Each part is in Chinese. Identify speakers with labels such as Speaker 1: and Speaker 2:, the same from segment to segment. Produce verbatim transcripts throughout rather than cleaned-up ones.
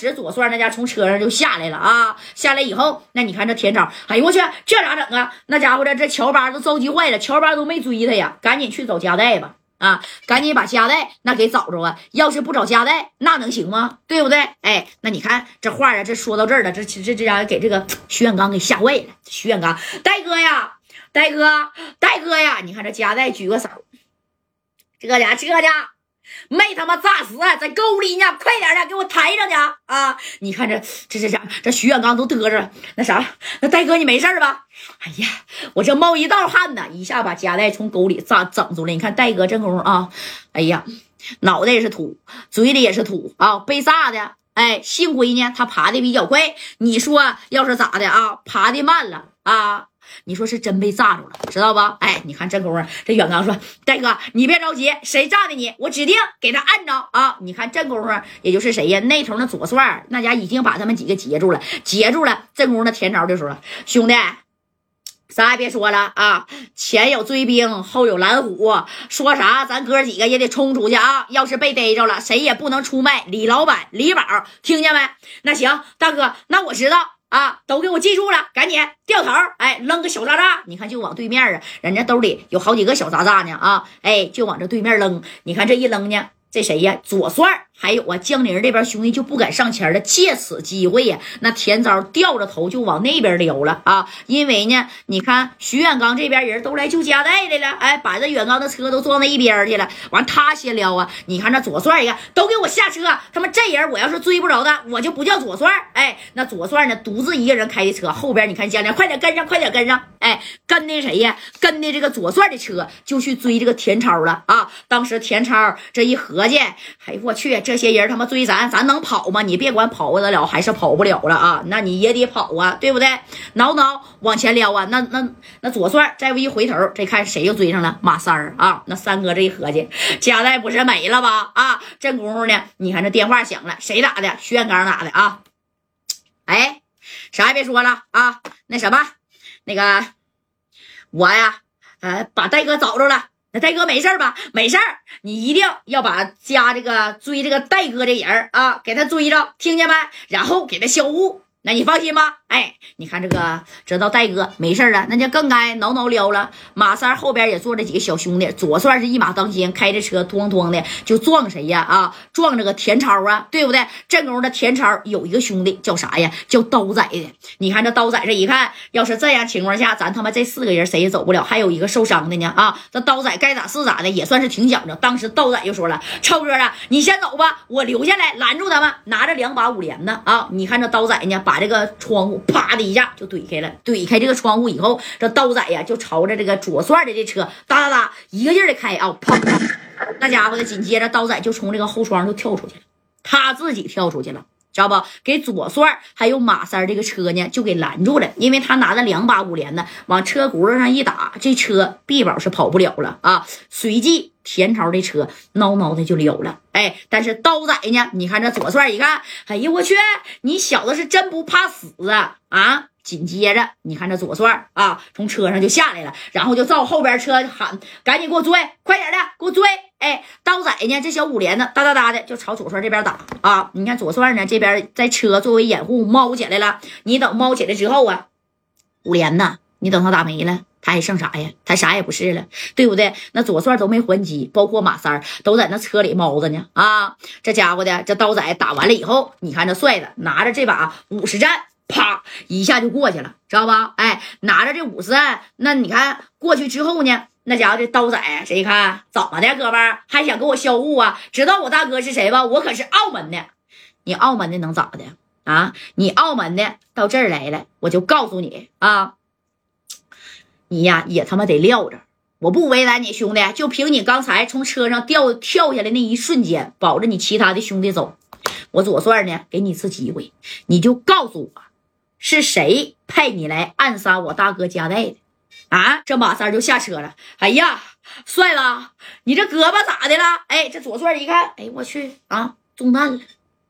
Speaker 1: 时左帅那家从车上就下来了啊，下来以后，那你看这田超，哎呦我去，这咋整啊？那家伙的这乔巴都着急坏了，乔巴都没追他呀，赶紧去找加代吧。啊，赶紧把加代那给找着啊！要是不找加代，那能行吗？对不对？哎，那你看这话啊，这说到这儿了，这这这家给这个徐远刚给吓坏了。徐远刚，戴哥呀，戴哥，戴哥呀！你看这加代举个手，这家这家没他妈炸死，在沟里呢，快点的给我抬上去啊！你看这这这这这徐远刚都嘚着，那啥，那戴哥你没事吧？哎呀，我这冒一道汗呢，一下把加代从沟里炸整住了。你看戴哥这功夫啊，哎呀，脑袋也是土，嘴里也是土啊，被炸的。哎，幸亏呢他爬的比较快，你说要是咋的啊，爬的慢了啊，你说是真被炸住了，知道吧？哎，你看这功夫，这远刚说：“戴哥，你别着急，谁炸的你？我指定给他按着啊！”你看这功夫，也就是谁呀？那头那左帅那家已经把他们几个截住了，截住了。这功夫那田超就说了：“兄弟。”啥也别说了啊！前有追兵，后有蓝虎，说啥咱哥几个也得冲出去啊！要是被逮着了，谁也不能出卖李老板、李宝，听见没？那行，大哥，那我知道啊，都给我记住了，赶紧掉头，哎，扔个小渣渣，你看就往对面啊，人家兜里有好几个小渣渣呢啊，哎，就往这对面扔，你看这一扔呢。这谁呀？左帅还有啊，江宁这边兄弟就不敢上前了。借此机会呀，那田昭掉着头就往那边溜了啊！因为呢，你看徐远刚这边人都来救加代来了，哎，把这远刚的车都撞到一边去了。完他先撩啊！你看这左帅一个，都给我下车！他们这人我要是追不着他，我就不叫左帅。哎，那左帅呢，独自一个人开的车，后边你看江宁，快点跟上，快点跟上！哎，跟那谁呀？跟的这个左帅的车就去追这个田超了啊！当时田超这一合。哎，我去，这些人他妈追咱，咱能跑吗？你别管跑得了还是跑不了了啊，那你也得跑啊，对不对？挠挠往前撩啊，那那那左帅再一回头，这看谁又追上了？马三儿啊，那三哥这一合计，加代不是没了吧？啊，这功夫呢，你看这电话响了，谁打的？徐远刚打的啊！哎，啥也别说了啊，那什么，那个我呀，呃，把戴哥找着了。那戴哥没事吧？没事儿，你一定要把家这个追这个戴哥这人啊，给他追着，听见没？然后给他销户。那你放心吧，哎，你看这个知道戴哥没事了，那就更该挠挠撩了。马三后边也坐着几个小兄弟，左帅是一马当先，开着车咣咣的就撞谁呀？啊，撞这个田超啊，对不对？这功夫的田超有一个兄弟叫啥呀？叫刀仔的。你看这刀仔这一看，要是这样情况下，咱他妈这四个人谁也走不了，还有一个受伤的呢啊！这刀仔该咋是咋的，也算是挺讲究。当时刀仔就说了：“超哥啊，你先走吧，我留下来拦住他们，拿着两把五连呢啊！”你看这刀仔呢，把这个窗户啪的一下就怼开了，怼开这个窗户以后，这刀仔呀就朝着这个左帅的这车哒哒哒一个劲儿的开啊，砰砰！那家伙的紧接着刀仔就从这个后窗就跳出去了，他自己跳出去了。知道不？给左帅还有马三这个车呢，就给拦住了，因为他拿着两把五连呢，往车轱辘上一打，这车必保是跑不了了啊！随即田超的车挠挠的就溜了，哎，但是刀仔呢？你看这左帅一看，哎呀我去，你小子是真不怕死啊啊！紧接着，你看这左帅啊，从车上就下来了，然后就照后边车喊：“赶紧给我追，快点的，给我追！”哎，刀仔呢，这小五连呢，哒哒哒的就朝左帅这边打啊！你看左帅呢，这边在车作为掩护猫起来了。你等猫起来之后啊，五连呢，你等他打没了，他还剩啥呀？他啥也不是了，对不对？那左帅都没还击，包括马三都在那车里猫着呢啊！这家伙的这刀仔打完了以后，你看这帅的拿着这把五十战。啪一下就过去了，知道吧？哎，拿着这五十万，那你看过去之后呢，那家伙这刀仔谁看怎么的，哥们儿还想给我销户啊？知道我大哥是谁吧？我可是澳门的，你澳门的能咋的啊？你澳门的到这儿来了，我就告诉你啊，你呀也他妈得撂着。我不为难你兄弟，就凭你刚才从车上掉跳下来那一瞬间，保着你其他的兄弟走。我左帅呢，给你一次机会，你就告诉我。是谁派你来暗杀我大哥加代的啊？这马三就下车了。哎呀，帅了，你这胳膊咋的了？哎，这左帅一看，哎，我去啊，中弹了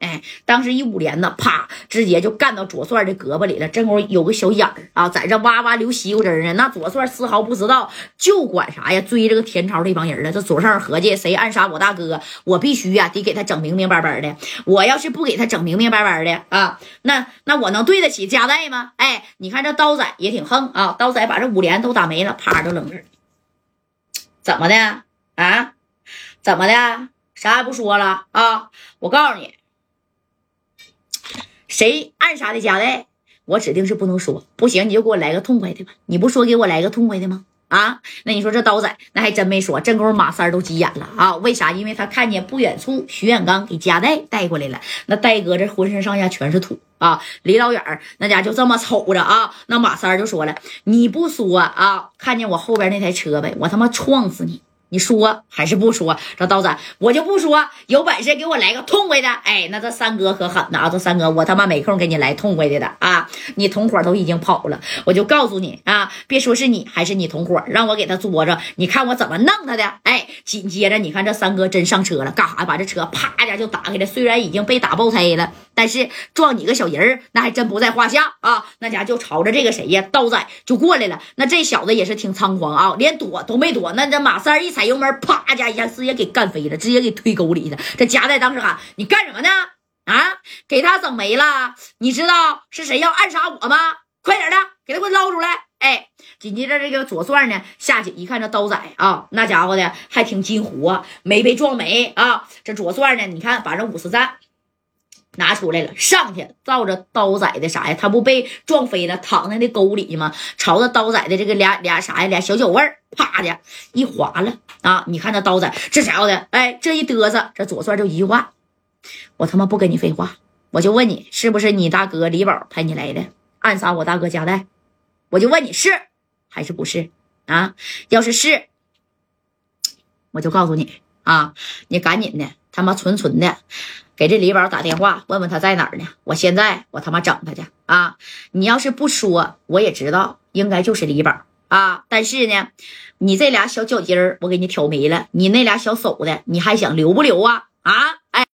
Speaker 1: 哎，当时一五连呢，啪，直接就干到左帅的胳膊里了。正好有个小眼儿啊，在这哇哇流西瓜汁呢。那左帅丝毫不知道，就管啥呀，追这个田超这帮人了。这左帅合计，谁暗杀我大哥，我必须呀、啊，得给他整明明白白的。我要是不给他整明明白白的啊，那那我能对得起加代吗？哎，你看这刀仔也挺横啊，刀仔把这五连都打没了，啪就扔这儿。怎么的啊？怎么的？啥也不说了啊？我告诉你。谁暗杀的加代，我指定是不能说。不行，你就给我来个痛快的吧。你不说给我来个痛快的吗？啊，那你说这刀仔那还真没说。正宫马三都急眼了啊！为啥？因为他看见不远处徐远刚给加代带过来了。那戴哥这浑身上下全是土啊！离老远那家就这么瞅着啊。那马三就说了：“你不说啊，看见我后边那台车呗，我他妈撞死你！”你说还是不说？这刀仔我就不说，有本事给我来个痛快的！哎，那这三哥可狠呐！这三哥我他妈没空给你来痛快的的啊！你同伙都已经跑了，我就告诉你啊，别说是你还是你同伙，让我给他捉着，你看我怎么弄他的！哎，紧接着你看这三哥真上车了，干啥？把这车啪一下就打开了。虽然已经被打爆胎了，但是撞你个小人儿那还真不在话下啊！那家就朝着这个谁呀，刀仔就过来了。那这小子也是挺猖狂啊，连躲都没躲。那这马三一踩油门，啪家一下直接给干飞了，直接给推沟里了。这夹代当时喊：“你干什么呢？啊，给他整没了！你知道是谁要暗杀我吗？快点的，给他给我捞出来！”哎，紧接着这个左帅呢下去一看，这刀仔啊，那家伙的还挺金乎啊，没被撞没啊。这左帅呢，你看把这五十弹拿出来了，上去照着刀仔的啥呀？他不被撞飞了，躺在那沟里吗？朝着刀仔的这个俩俩啥呀？俩小脚味儿，啪的一划了啊！你看这刀仔这家伙的，哎，这一嘚瑟，这左帅就一句话：我他妈不跟你废话，我就问你，是不是你大哥李宝派你来的，暗杀我大哥加代？我就问你是还是不是啊？要是是，我就告诉你啊，你赶紧的他妈纯纯的给这李宝打电话，问问他在哪儿呢？我现在我他妈整他去啊！你要是不说，我也知道应该就是李宝啊。但是呢，你这俩小脚筋儿我给你挑没了，你那俩小手的，你还想留不留啊？啊，哎。